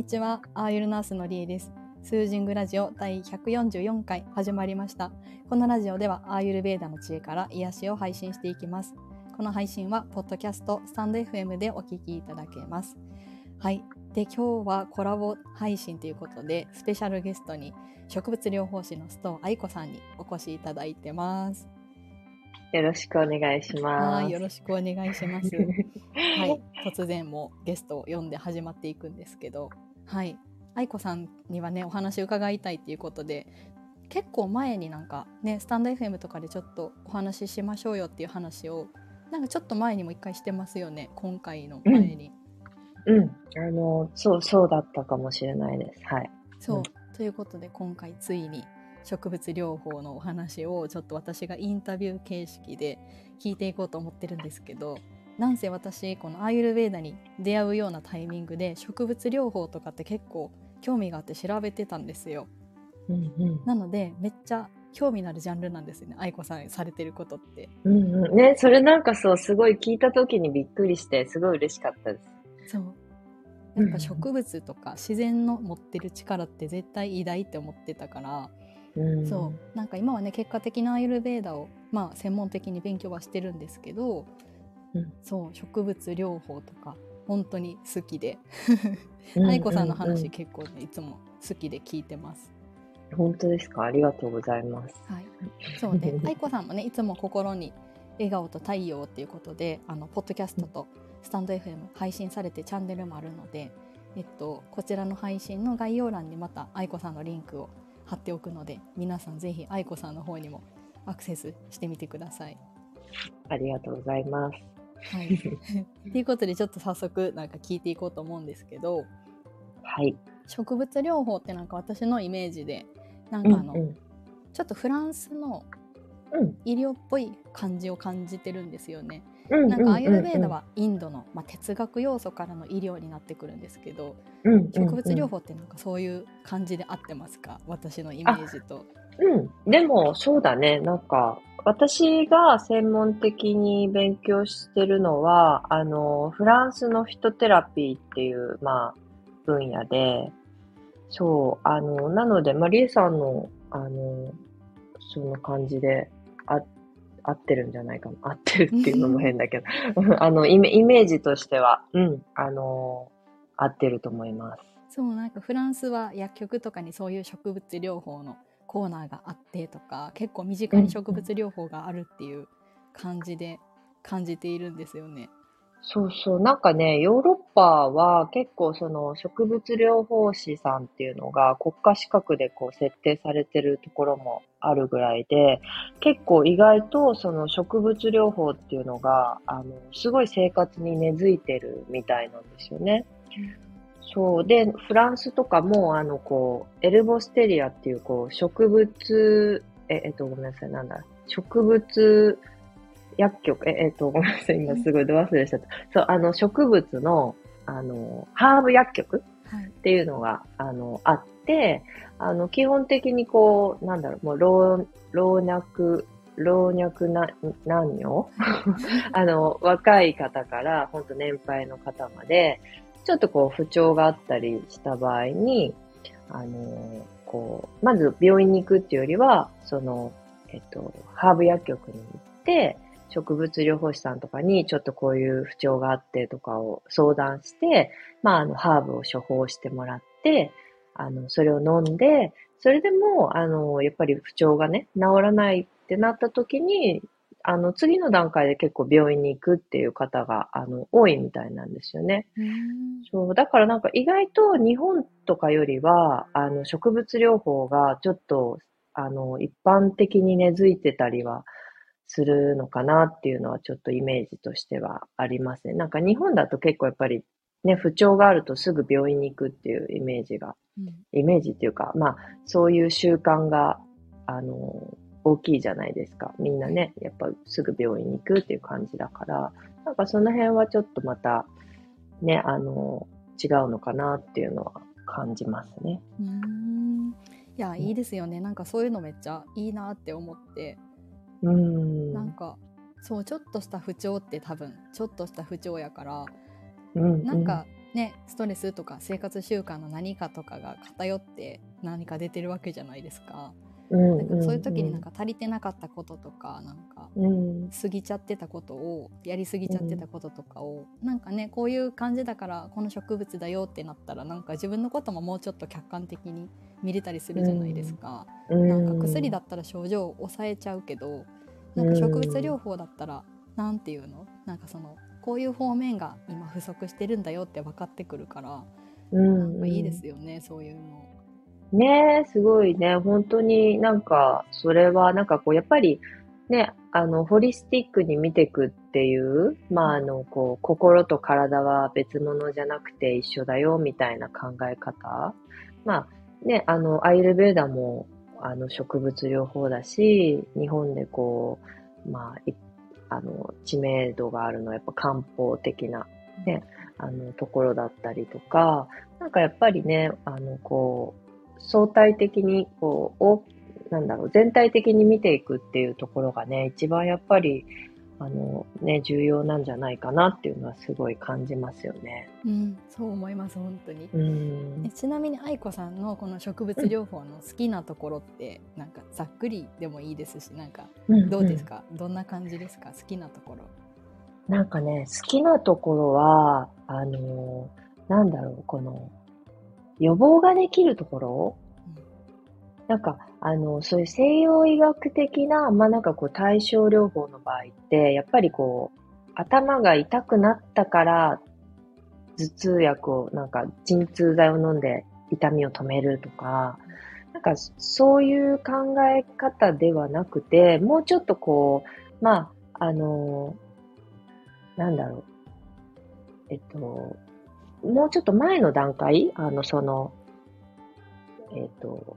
にちは、アーユルナースのりえです。スージングラジオ第144回始まりました。このラジオではアーユルベーダの知恵から癒しを配信していきます。この配信はポッドキャスト、スタンド FM でお聞きいただけます。はい。で、今日はコラボ配信ということで、スペシャルゲストに植物療法士の須藤愛子さんにお越しいただいてます。 よろしくお願いします。 よろしくお願いします。はい、突然もゲストを呼んで始まっていくんですけど、はい、愛子さんにはねお話伺いたいっていうことで、結構前になんかねスタンド FM とかでちょっとお話ししましょうよっていう話をなんかちょっと前にも一回してますよね、今回の前に。 そうだったかもしれないです。はい。 そう、ということで今回ついに植物療法のお話をちょっと私がインタビュー形式で聞いていこうと思ってるんですけど、なんせ私このアーユルヴェーダに出会うようなタイミングで植物療法とかって結構興味があって調べてたんですよ。なのでめっちゃ興味のあるジャンルなんですよね、愛子さんされてることって。 ね、それなんかそうすごい聞いた時にびっくりしてすごい嬉しかったです。 そうやっぱ植物とか自然の持ってる力って絶対偉大って思ってたから、そうなんか今はね結果的なアーユルヴェーダを専門的に勉強はしてるんですけど、そう植物療法とか本当に好きで愛子さんの話結構ねいつも好きで聞いてます。 本当ですか？ありがとうございます。 はい、そうで愛子さんもねいつも心に笑顔と太陽っていうことでポッドキャストとスタンド FM 配信されてチャンネルもあるので、こちらの配信の概要欄にまた愛子さんのリンクを貼っておくので、皆さんぜひ愛子さんの方にもアクセスしてみてください。 ありがとうございます。 はい。ということでちょっと早速なんか聞いていこうと思うんですけど、 はい。 植物療法ってなんか私のイメージでなんかちょっとフランスの医療っぽい感じを感じてるんですよね。なんかアーユルヴェーダはインドの、哲学要素からの医療になってくるんですけど、植物療法ってなんかそういう感じで合ってますか？私のイメージと。 でもそうだね、なんか私が専門的に勉強してるのはフランスのフィトテラピーっていう分野で、そうなのでリエさんのその感じで合ってるんじゃないかな。合ってるっていうのも変だけどイメージとしては合ってると思います。 そうなんかフランスは薬局とかにそういう植物療法のコーナーがあってとか、結構身近に植物療法があるっていう感じで感じているんですよね。 そう、なんかね、ヨーロッパは結構その植物療法士さんっていうのが国家資格でこう設定されてるところもあるぐらいで、結構意外とその植物療法っていうのがすごい生活に根付いてるみたいなんですよね。そうで、フランスとかもエルボステリアっていう植物ごめんなさい、植物薬局、ごめんなさい、今すごいど忘れしちゃった。そう、植物の、ハーブ薬局っていうのが、あって、基本的にもう、老若男女若い方から、本当年配の方まで、ちょっと不調があったりした場合に、まず病院に行くっていうよりは、ハーブ薬局に行って、植物療法士さんとかにちょっとこういう不調があってとかを相談して、ハーブを処方してもらって、それを飲んで、それでも、やっぱり不調がね、治らないってなった時に、次の段階で結構病院に行くっていう方が、多いみたいなんですよね。そう、だからなんか意外と日本とかよりは、植物療法がちょっと、一般的に根付いてたりはするのかなっていうのはちょっとイメージとしてはありますね。なんか日本だと結構やっぱりね、不調があるとすぐ病院に行くっていうイメージっていうか、そういう習慣が、大きいじゃないですか。みんなね、やっぱすぐ病院に行くっていう感じだから、なんかその辺はちょっとまた、ね、違うのかなっていうのは感じますね。 いや、いいですよね。なんかそういうのめっちゃいいなって思って。なんかそうちょっとした不調って多分ちょっとした不調やから、なんかね、ストレスとか生活習慣の何かとかが偏って何か出てるわけじゃないですか。だからそういう時になんか足りてなかったこととか、なんか過ぎちゃってたことを、やり過ぎちゃってたこととかを、なんかね、こういう感じだからこの植物だよってなったら、なんか自分のことももうちょっと客観的に見れたりするじゃないですか。なんか薬だったら症状を抑えちゃうけど、なんか植物療法だったらなんていうの、なんかそのこういう方面が今不足してるんだよって分かってくるから、なんかいいですよね、そういうの。 ねえ、すごいね。本当になんか、それはなんかこう、やっぱりね、ホリスティックに見ていくっていう、こう、心と体は別物じゃなくて一緒だよ、みたいな考え方。まあ、ね、アイルベーダも、植物療法だし、日本でこう、知名度があるのはやっぱ漢方的な、ね、ところだったりとか、なんかやっぱりね、こう、相対的に、こう、なんだろう、全体的に見ていくっていうところがね、一番やっぱり、重要なんじゃないかなっていうのはすごい感じますよね。 そう思います、本当に。ちなみに愛子さんのこの植物療法の好きなところって、なんかざっくりでもいいですし、なんかどうですか、どんな感じですか、好きなところ。 なんかね、好きなところは、なんだろう、この、予防ができるところ、なんか、そういう西洋医学的な、なんかこう、対症療法の場合って、やっぱりこう、頭が痛くなったから、頭痛薬を、なんか、鎮痛剤を飲んで痛みを止めるとか、なんか、そういう考え方ではなくて、もうちょっとこう、なんだろう、もうちょっと前の段階、えっと、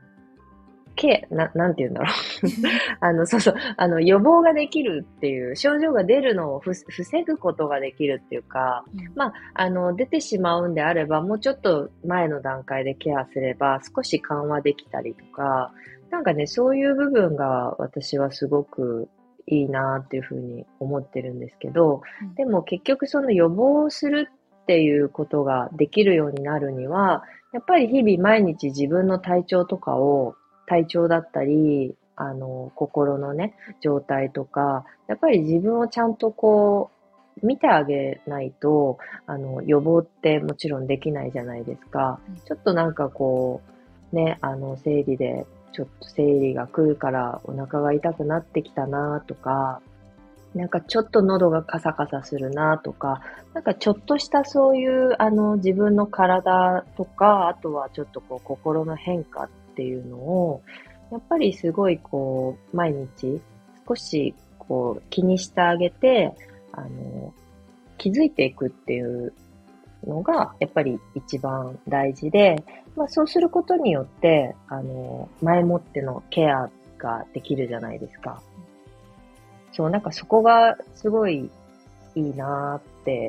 なんて言うんだろう。そうそう、予防ができるっていう、症状が出るのを防ぐことができるっていうか、出てしまうんであれば、もうちょっと前の段階でケアすれば、少し緩和できたりとか、なんかね、そういう部分が私はすごくいいなっていうふうに思ってるんですけど、でも結局その予防するっていうことができるようになるには、やっぱり日々毎日自分の体調だったり、心のね、状態とか、やっぱり自分をちゃんとこう、見てあげないと、予防ってもちろんできないじゃないですか。ちょっとなんかこう、ね、生理で、ちょっと生理が来るからお腹が痛くなってきたなとか、なんかちょっと喉がカサカサするなとか、なんかちょっとしたそういう自分の体とか、あとはちょっとこう心の変化っていうのを、やっぱりすごいこう毎日少しこう気にしてあげて、気づいていくっていうのがやっぱり一番大事で、そうすることによって、前もってのケアができるじゃないですか。そう、なんかそこがすごいいいなーって、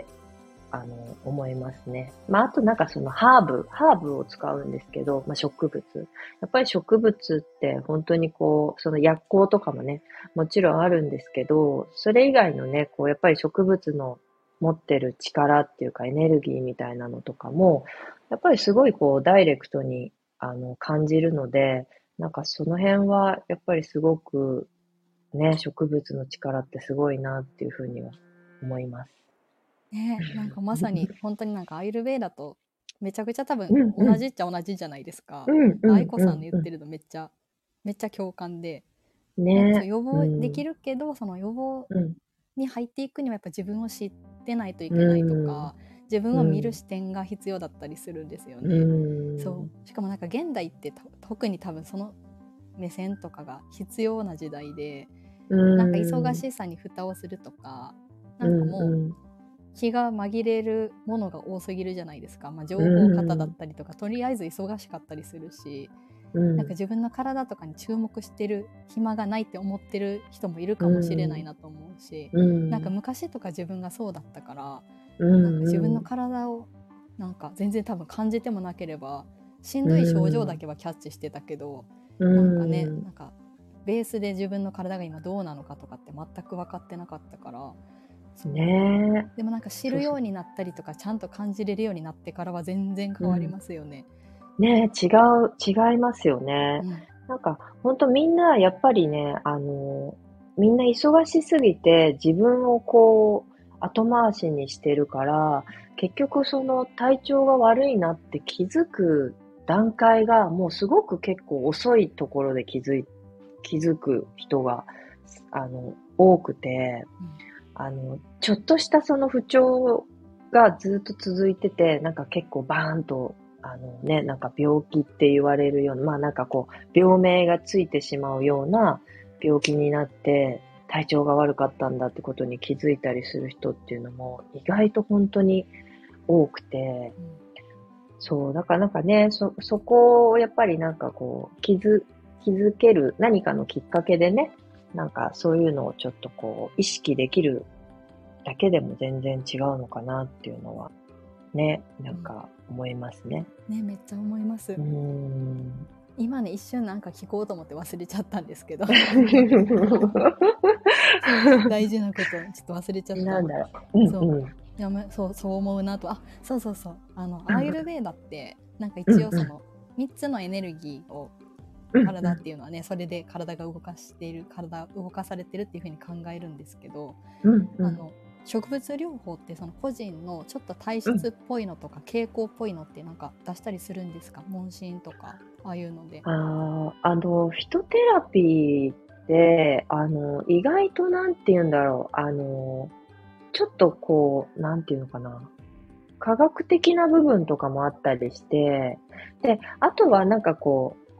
思いますね。あとなんかそのハーブを使うんですけど、植物。やっぱり植物って本当にこう、その薬効とかもね、もちろんあるんですけど、それ以外のね、こう、やっぱり植物の持ってる力っていうかエネルギーみたいなのとかも、やっぱりすごいこう、ダイレクトに、感じるので、なんかその辺は、やっぱりすごく、ね、植物の力ってすごいなっていうふうには思います。 ね、なんかまさに本当になんかアイルベーダとめちゃくちゃ多分うんうん。 同じっちゃ同じじゃないですか。 うんう愛子んうんうさんの言ってるのめっちゃ共感で、 ん。 なんかそうね。 予防でうん。 きるけど、その予防うん。 に入っていくにはやっぱ自分を知ってないというけないとん。 か、自分を見るうん。 視点が必要だったりするんですようね。 ん。 そうしかもなんか現代って特に多分その目線とかが必要な時代で、 うなんか忙ん。 しさに蓋をするとか、なうんかもうん。 気が紛れるものが多すぎるじゃないですか、 う情報型だっん。 たりとか、とりあえず忙しかったりするし、 うん。 なんか自分の体とかに注目してる暇がないって思ってる人もいるうかもしれないん。 なと思うし、 うなんかん。 昔とか自分がそうだったから、 うなんか自分のん。 体をなんか全然多分感じてもなければ、しんうどい症状だん。 けはキャッチしてたけど、 うなんかね、 ん。 なんかベースで自分の体が今どうなのかとかって全く分かってなかったから、 そうねでもなんか知るようになったりとかちゃんと感じれるようになってからは全然変わりますよね。 ね違いますよね。 うんなんか、ほんとみんな、やっぱりね、みんな忙しすぎて、自分をこう、後回しにしてるから、結局その体調が悪いなって気づく段階が、もうすごく結構遅いところで気づく人が、多くて、ちょっとしたその不調がずっと続いてて、なんか結構バーンと、なんか病気って言われるような、まあなんかこう、病名がついてしまうような病気になって、体調が悪かったんだってことに気づいたりする人っていうのも意外と本当に多くて、そう、だからなんかね、そこをやっぱりなんかこう、気づける何かのきっかけでね、なんかそういうのをちょっとこう、意識できるだけでも全然違うのかなっていうのは、ね、なんか思いますね。 ね、めっちゃ思います。今ね、一瞬なんか聞こうと思って忘れちゃったんですけど大事なことちょっと忘れちゃった。 なんだろう。 そう思うなと。そうアーユルヴェーダってなんか一応その3つのエネルギーを体っていうのはね、それで体が動かされてるっていうふうに考えるんですけど、植物療法ってその個人のちょっと体質っぽいのとか傾向っぽいのってなんか出したりするんですか？問診とかああいうので。 フィトテラピーって、意外となんて言うんだろう、ちょっとこう、なんていうのかな、科学的な部分とかもあったりして、で、あとはなんかこう、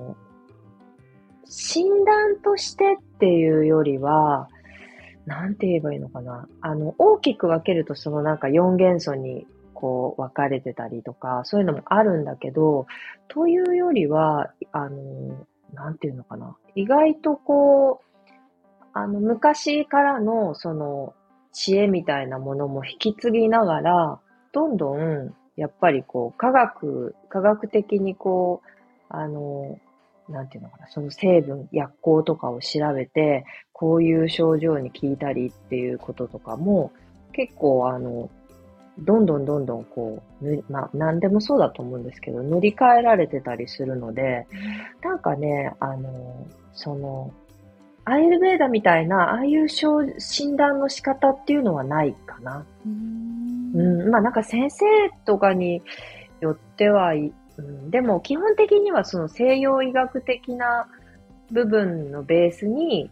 診断としてっていうよりは、なんて言えばいいのかな。大きく分けるとそのなんか4元素にこう分かれてたりとか、そういうのもあるんだけど、というよりは、なんていうのかな。意外とこう、昔からのその知恵みたいなものも引き継ぎながら、どんどん、やっぱりこう、科学的にこう、なんていうのかな、その成分、薬効とかを調べて、こういう症状に効いたりっていうこととかも、結構どんどんこう、まあ、何でもそうだと思うんですけど、塗り替えられてたりするので、なんかね、アーユルヴェーダみたいな、ああいう診断の仕方っていうのはないかな。まあなんか先生とかによっては、でも基本的にはその西洋医学的な部分のベースに、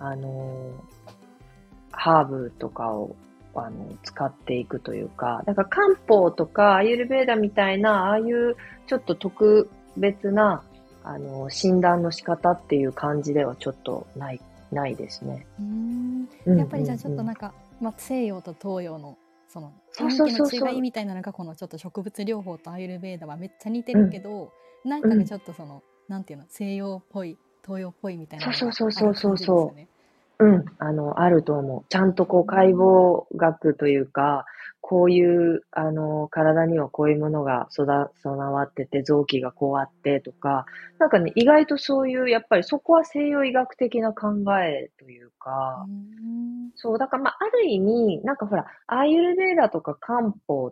ハーブとかを、使っていくというか、だから漢方とかアーユルヴェーダみたいな、ああいうちょっと特別な、診断の仕方っていう感じではちょっとないですね。 やっぱりじゃあちょっとなんか、西洋と東洋のその雰囲気の違いみたいなのがこのちょっと植物療法とアーユルヴェーダはめっちゃ似てるけど、なんかちょっとその、なんていうの、西洋っぽい東洋っぽいみたいなのがある感じですよね。 あると思う。ちゃんとこう解剖学というか、こういう、体にはこういうものが備わってて、臓器がこうあってとか、なんかね、意外とそういう、やっぱりそこは西洋医学的な考えというか、そう、だからまあ、ある意味、なんかほら、アーユルヴェーダとか漢方って、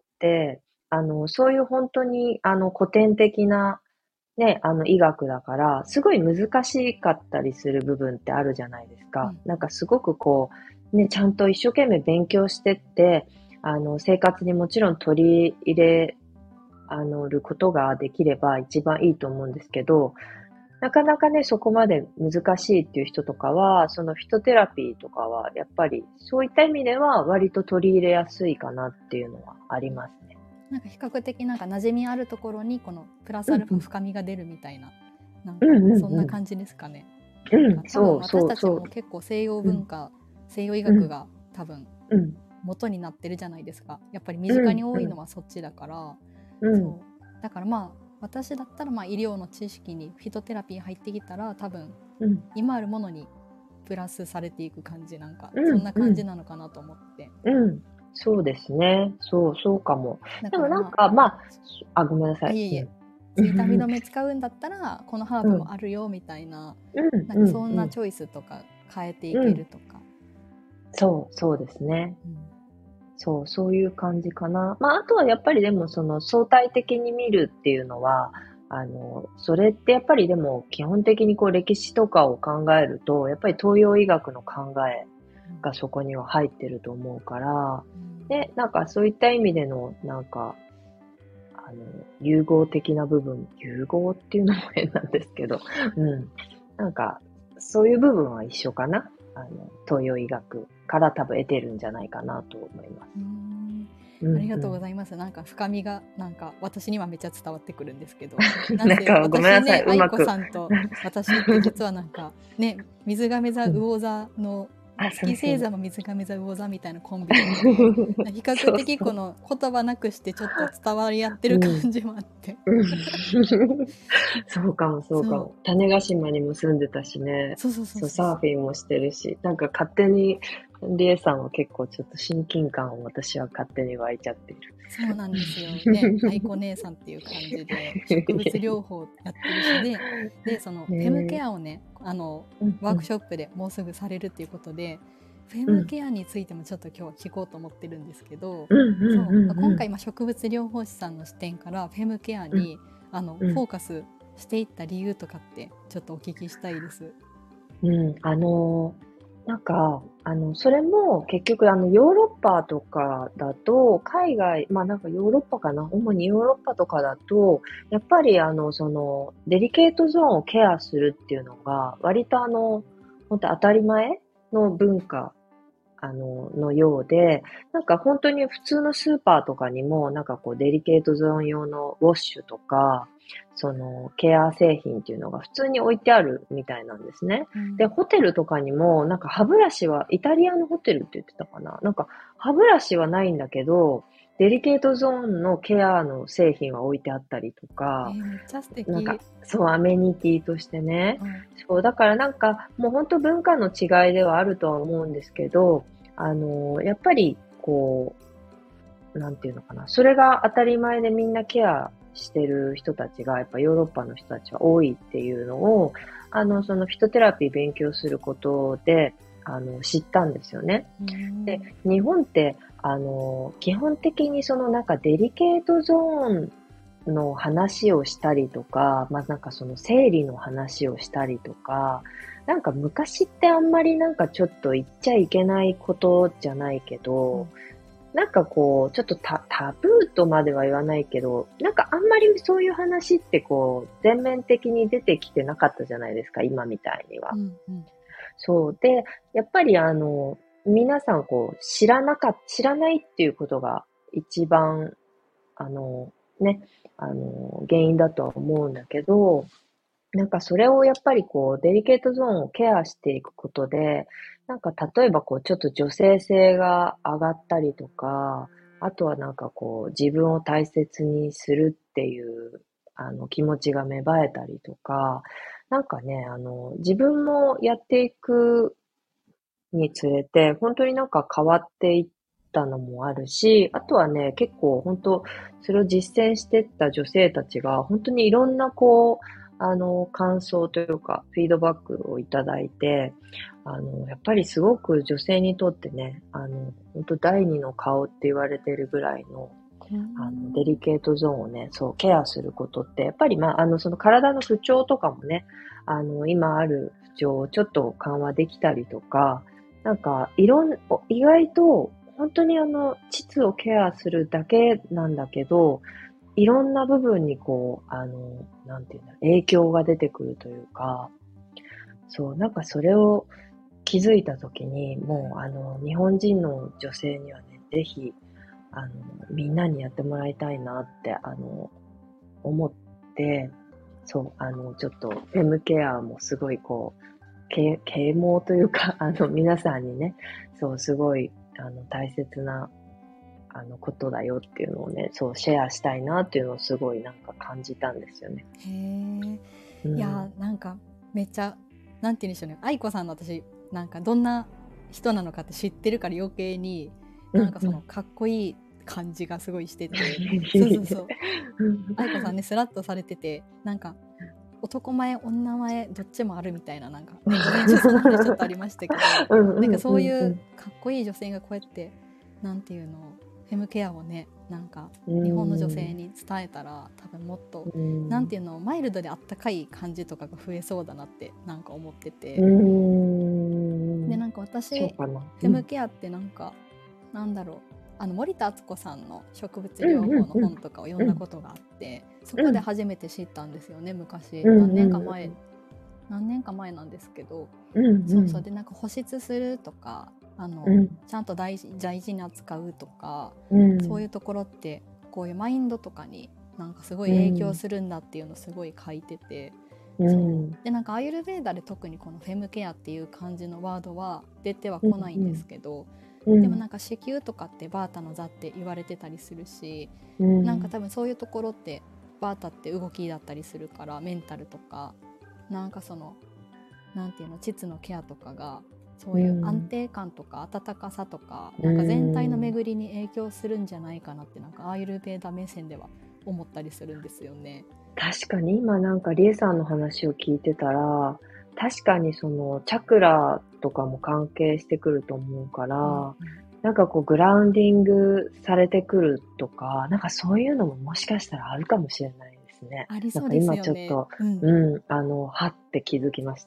そういう本当に、古典的な、ね、医学だから、すごい難しかったりする部分ってあるじゃないですか。なんかすごくこう、ね、ちゃんと一生懸命勉強してって、生活にもちろん取り入れ、ることができれば一番いいと思うんですけど、なかなかね、そこまで難しいっていう人とかは、そのフィトテラピーとかは、やっぱりそういった意味では割と取り入れやすいかなっていうのはありますね。 なんか比較的なんか馴染みあるところにこのプラスアルファ深みが出るみたいな、なんかそんな感じですかね。多分私たちも結構西洋文化、西洋医学が多分元になってるじゃないですか。やっぱり身近に多いのはそっちだから、そうだからまあ私だったらまあ医療の知識にフィトテラピー入ってきたら多分今あるものにプラスされていく感じ、なんかそんな感じなのかなと思って。 そうですね。そうかも。でもなんか、まあ、ごめんなさい。 いえいえ。痛み止め使うんだったら、このハーブもあるよみたいな、なんかそんなチョイスとか変えていけるとか。 そうですね。そういう感じかな。まあ、あとはやっぱりでもその相対的に見るっていうのは、それってやっぱりでも基本的にこう歴史とかを考えると、やっぱり東洋医学の考えがそこには入ってると思うから、で、なんかそういった意味での、なんか、融合的な部分、融合っていうのも変なんですけど、なんか、そういう部分は一緒かな。東洋医学から多分得てるんじゃないかなと思います。 ありがとうございます。なんか深みがなんか私にはめっちゃ伝わってくるんですけど、 なんかごめんなさい、 愛子さんと私って実はなんかね、水亀座魚座の月星座も水亀座魚座みたいなコンビなので、比較的この言葉なくしてちょっと伝わり合ってる感じもあって、 そうかも。種子島にも住んでたしね。サーフィンもしてるし、なんか勝手にリエさんは結構ちょっと親近感を私は勝手に湧いちゃっている。 そうなんですよね。愛子姉さんっていう感じで植物療法やってるしでそのフェムケアをね、ワークショップでもうすぐされるっていうことで、フェムケアについてもちょっと今日聞こうと思ってるんですけど、今回植物療法士さんの視点からフェムケアにフォーカスしていった理由とかってちょっとお聞きしたいです。 なんか、それも結局ヨーロッパとかだと、海外、まあなんかヨーロッパかな、主にヨーロッパとかだと、やっぱりその、デリケートゾーンをケアするっていうのが、割と本当当たり前の文化のようで、なんか本当に普通のスーパーとかにも、なんかこうデリケートゾーン用のウォッシュとか、そのケア製品っていうのが普通に置いてあるみたいなんですね。で、ホテルとかにも、なんか歯ブラシは、イタリアのホテルって言ってたかな、なんか歯ブラシはないんだけど、デリケートゾーンのケアの製品は置いてあったりとか、 めっちゃ素敵。 なんか、そう、アメニティとしてね。そう、だからなんか、もう本当文化の違いではあるとは思うんですけど、やっぱり、こう、なんていうのかな。それが当たり前でみんなケアしてる人たちが、やっぱヨーロッパの人たちは多いっていうのを、そのフィトテラピー勉強することで、知ったんですよね。で、日本って、基本的にそのなんかデリケートゾーンの話をしたりとか、まあなんかその生理の話をしたりとか、なんか昔ってあんまりなんかちょっと言っちゃいけないことじゃないけど、なんかこう、ちょっとタブーとまでは言わないけど、なんかあんまりそういう話ってこう、全面的に出てきてなかったじゃないですか、今みたいには。そう。で、やっぱり皆さんこう、知らないっていうことが一番、ね、原因だとは思うんだけど、なんかそれをやっぱりこう、デリケートゾーンをケアしていくことで、なんか例えばこう、ちょっと女性性が上がったりとか、あとはなんかこう、自分を大切にするっていう、気持ちが芽生えたりとか、なんかね、自分もやっていくにつれて、本当になんか変わっていったのもあるし、あとはね、結構本当、それを実践していった女性たちが、本当にいろんなこう、感想というか、フィードバックをいただいて、やっぱりすごく女性にとってね、本当第二の顔って言われてるぐらいの、デリケートゾーンをね、そう、ケアすることって、やっぱりまあ、その体の不調とかもね、今ある不調をちょっと緩和できたりとか、なんか、意外と、本当に膣をケアするだけなんだけど、いろんな部分にこう、なんていうんだろう、影響が出てくるというか、そう、なんかそれを気づいたときに、もう日本人の女性にはね、ぜひ、みんなにやってもらいたいなって、思って、そう、ちょっと、フェムケアもすごいこう、啓蒙というか、皆さんにね、そう、すごい、大切な、ことだよっていうのをね、そう、シェアしたいなっていうのをすごいなんか感じたんですよね。 いや、なんか、めっちゃ、なんて言うんでしょうね。愛子さんの私、なんかどんな人なのかって知ってるから余計に、なんかその、かっこいい感じがすごいしてて、そう。愛子さんね、スラッとされてて、なんか、 男前女前どっちもあるみたいな、なんか、ね、午前中その話ちょっとありましたけどなんかそういうかっこいい女性がこうやってなんていうのフェムケアをねなんか日本の女性に伝えたら多分もっとなんていうのマイルドであったかい感じとかが増えそうだなってなんか思ってて、でなんか私フェムケアってなんかなんだろう森田敦子さんの植物療法の本とかを読んだことがあって、そこで初めて知ったんですよね昔、何年か前なんですけど、そうそうでなんか保湿するとかちゃんと大事に扱うとか、そういうところってこういうマインドとかになんかすごい影響するんだっていうのをすごい書いてて、そうでなんかアーユルヴェーダで特にこのフェムケアっていう感じのワードは出てはこないんですけど、でもなんか子宮とかってバータの座って言われてたりするし、なんか多分そういうところってバータって動きだったりするからメンタルとかなんかそのなんていうの膣のケアとかがそういう安定感とか温かさとか、なんか全体の巡りに影響するんじゃないかなってなんかアーユルヴェーダ目線では思ったりするんですよね。 確かに今なんかリエさんの話を聞いてたら、確かにそのチャクラとかも関係してくると思うから、なんかこうグラウンディングされてくるとか、なんかそういうのももしかしたらあるかもしれないですね。 ありそうですよね。 なんか今ちょっと、はって気づきました。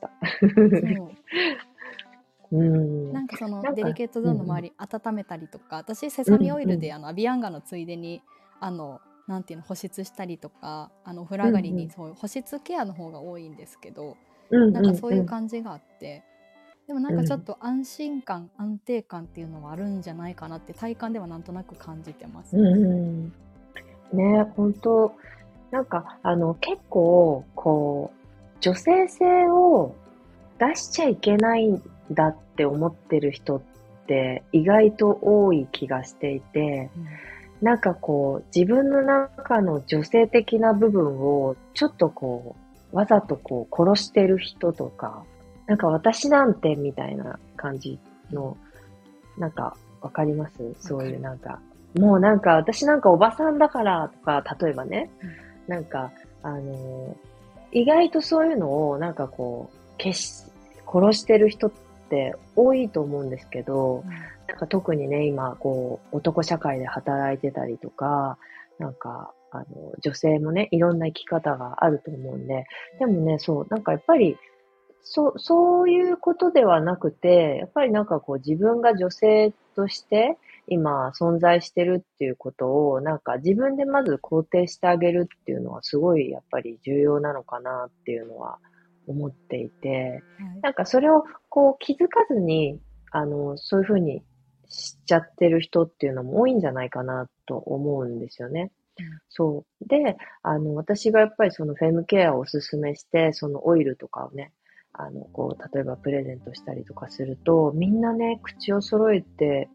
なんかそのデリケートゾーンの周り温めたりとか、私セサミオイルでアビアンガのついでになんていうの保湿したりとかお風呂上がりにそういう保湿ケアの方が多いんですけど、なんかそういう感じがあって、でもなんかちょっと安心感、安定感っていうのはあるんじゃないかなって体感ではなんとなく感じてます。 ね、本当なんか結構こう女性性を出しちゃいけないんだって思ってる人って意外と多い気がしていて、なんかこう自分の中の女性的な部分をちょっとこうわざとこう殺してる人とか、なんか私なんてみたいな感じの、なんかわかります？そういうなんか、もうなんか私なんかおばさんだからとか、例えばね、なんか意外とそういうのをなんかこう殺してる人って多いと思うんですけど、なんか特にね、今、こう、男社会で働いてたりとか、なんか、女性もね、いろんな生き方があると思うんで、でもね、そう、なんかやっぱり、そういうことではなくて、やっぱりなんかこう自分が女性として今存在してるっていうことをなんか自分でまず肯定してあげるっていうのはすごいやっぱり重要なのかなっていうのは思っていて、なんかそれをこう気づかずに、そういうふうにしちゃってる人っていうのも多いんじゃないかなと思うんですよね。そう。で、私がやっぱりそのフェムケアをおすすめして、そのオイルとかをね、こう、例えばプレゼントしたりとかすると、みんなね、口を揃えて、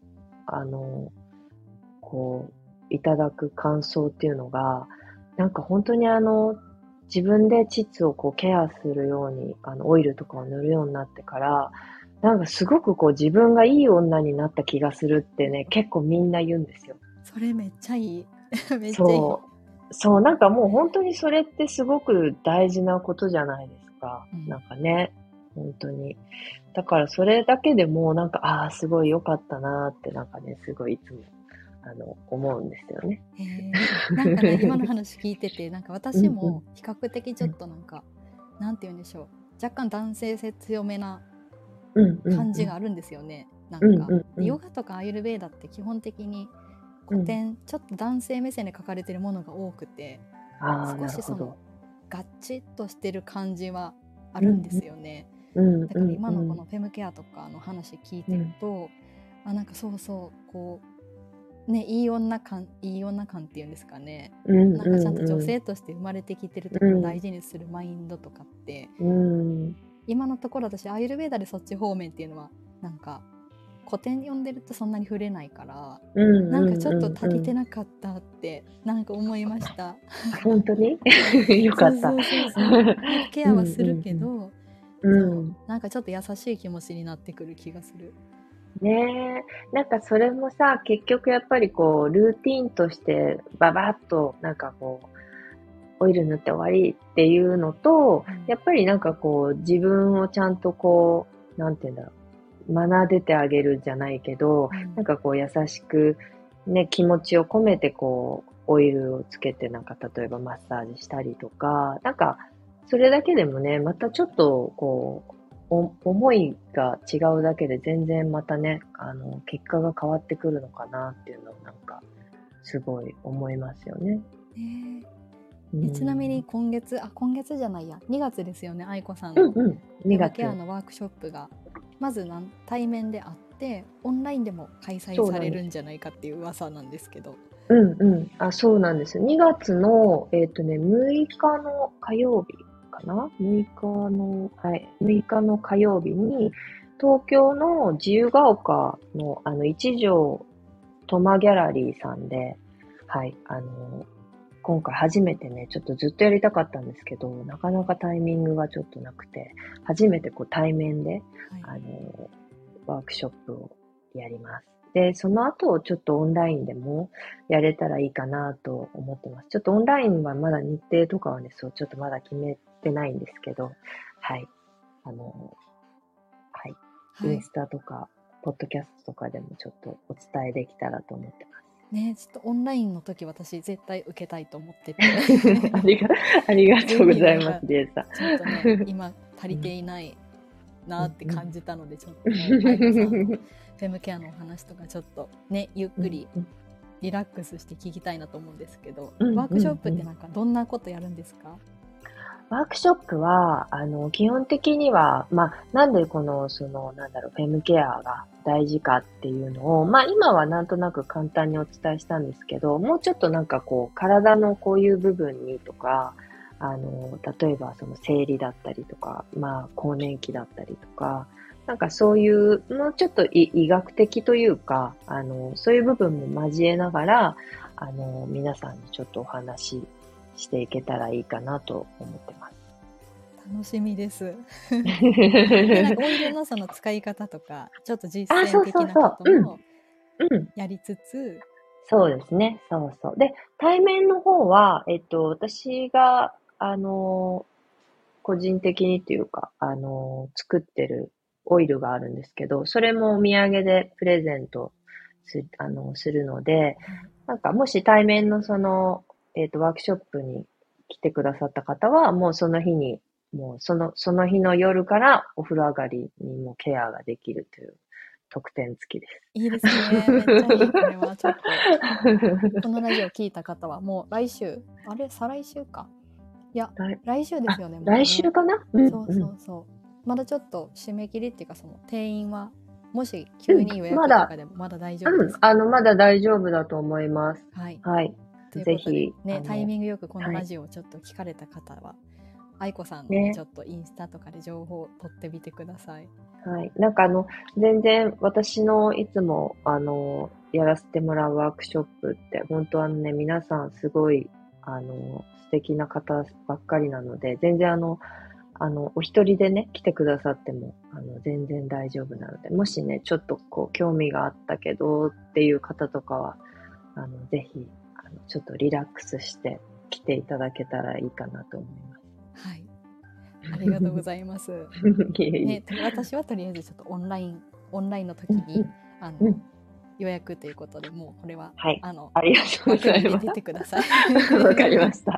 こう、いただく感想っていうのが、なんか本当に自分で膣をこうケアするように、オイルとかを塗るようになってから、なんかすごくこう自分がいい女になった気がするってね、結構みんな言うんですよ。 それめっちゃいい。めっちゃいい。 そう、なんかもう本当にそれってすごく大事なことじゃないですか。なんかね、本当に。だからそれだけでもなんか、ああ、すごい良かったなってなんかね、すごいいつも、思うんですよね。 なんかね、今の話聞いてて、なんか私も比較的ちょっとなんか、なんて言うんでしょう。若干男性性強めな感じがあるんですよね。なんか、ヨガとかアーユルヴェーダって基本的に古典、ちょっと男性目線で書かれてるものが多くて、少しそのガッチッとしてる感じはあるんですよね。だから今のこのフェムケアとかの話聞いてると、なんかそうそうこうね、いい女感っていうんですかね、なんかちゃんと女性として生まれてきてるところを大事にするマインドとかって、今のところ私アーユルヴェーダでそっち方面っていうのはなんか古典読んでるとそんなに触れないから、なんかちょっと足りてなかったってなんか思いました。 本当によかった。 そうケアはするけど、そうなんかちょっと優しい気持ちになってくる気がする。 ねえ、なんかそれもさ、結局やっぱりこうルーティンとしてババッとなんかこうオイル塗って終わりっていうのと、 うんやっぱりなんかこう、自分をちゃんとこう、なんていうんだろう、学べてあげるじゃないけど、なんかこう優しく、ね、気持ちを込めてこう、オイルをつけてなんか例えばマッサージしたりとか、なんか、それだけでもね、またちょっとこう、思いが違うだけで全然またね、結果が変わってくるのかなっていうのをなんか、すごい思いますよね。 ちなみに今月じゃないや、2月ですよね、愛子さんのうんうん、 フェ 2月。 ムケアのワークショップがまず対面であってオンラインでも開催されるんじゃないかっていう噂なんですけど。 うんうん。あ、そうなんです。2月の、6日の火曜日かな？ 6 日の、はい、6日の火曜日に、東京の自由が丘の、一条トマギャラリーさんで、はい、今回初めてね、ちょっとずっとやりたかったんですけど、なかなかタイミングがちょっとなくて、初めてこう対面で、 はい、 ワークショップをやります。で、その後、ちょっとオンラインでもやれたらいいかなと思ってます。ちょっとオンラインはまだ日程とかはね、そう、ちょっとまだ決めてないんですけど、はい。はい。インスタとか、ポッドキャストとかでもちょっとお伝えできたらと思ってます。 ね、ちょっとオンラインの時私絶対受けたいと思っててありがとうございます、リエさん。 ちょっとね、今足りていないなって感じたので、ちょっと愛子さんのフェムケアのお話とかちょっとね、ゆっくりリラックスして聞きたいなと思うんですけど、ワークショップってなんかどんなことやるんですか？ ワークショップは、基本的には、なんでこの、フェムケアが大事かっていうのを、今はなんとなく簡単にお伝えしたんですけど、もうちょっとなんかこう、体のこういう部分にとか、例えばその生理だったりとか、更年期だったりとか、なんかそういう、もうちょっと医学的というか、そういう部分も交えながら、皆さんにちょっとお話していけたらいいかなと思ってます。 楽しみです。で、なんかオイルのその使い方とか、ちょっと実践的なこともやりつつ、 そうですね。そうそう。で、対面の方は、私が、個人的にっていうか、作ってるオイルがあるんですけど、それもお土産でプレゼントするので、なんかもし対面のワークショップに来てくださった方は、もうその日に、もうその日の夜からお風呂上がりにもケアができるという特典付きです。 いいですね。めっちゃいい。これはちょっと、このラジオ聞いた方はもう来週、あれ再来週か。いや、来週ですよね。もうね、 来週かな？ そうそうそう。まだちょっと締め切りっていうか、その定員は、もし急に予約とかでもまだ大丈夫ですか？ まだ大丈夫だと思います。 はい。 はい。ぜひ。 ね、タイミングよくこのラジオをちょっと聞かれた方は、愛子さんのちょっとインスタとかで情報を取ってみてください。 はい。なんか全然私のいつも、やらせてもらうワークショップって、本当ね、皆さんすごい、素敵な方ばっかりなので、全然お一人でね、来てくださっても、全然大丈夫なので、もしね、ちょっとこう、興味があったけどっていう方とかは、ぜひ、ちょっとリラックスして来ていただけたらいいかなと思います。 はい。ありがとうございます。ね、私はとりあえずちょっとオンラインの時に、予約ということで、もうこれは、 はい、ありがとうございます。 出てください。 わかりました。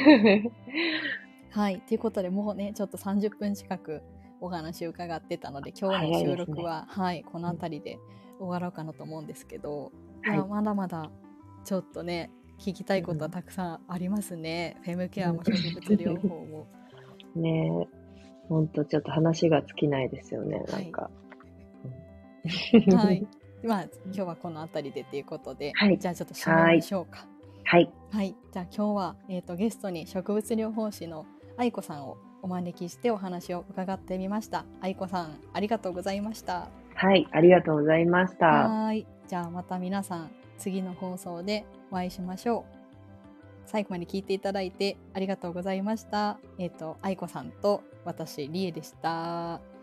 はい、ということで、もうね、ちょっと30分近くお話を伺ってたので、今日の収録は、はい、この辺りで終わろうかなと思うんですけど、いや、まだまだちょっとね、聞きたいことはたくさんありますね。フェムケアも植物療法も。 ねえ、ほんとちょっと話が尽きないですよね、なんか。 はい。今日はこの辺りでということで、じゃあちょっと締めましょうか。 はい。 はい。じゃあ今日は、ゲストに植物療法士の愛子さんをお招きしてお話を伺ってみました。愛子さん、ありがとうございました。 はい、ありがとうございました。 はい。じゃあまた皆さん、次の放送でお会いしましょう。最後まで聞いていただいてありがとうございました。愛子さんと私、りえでした。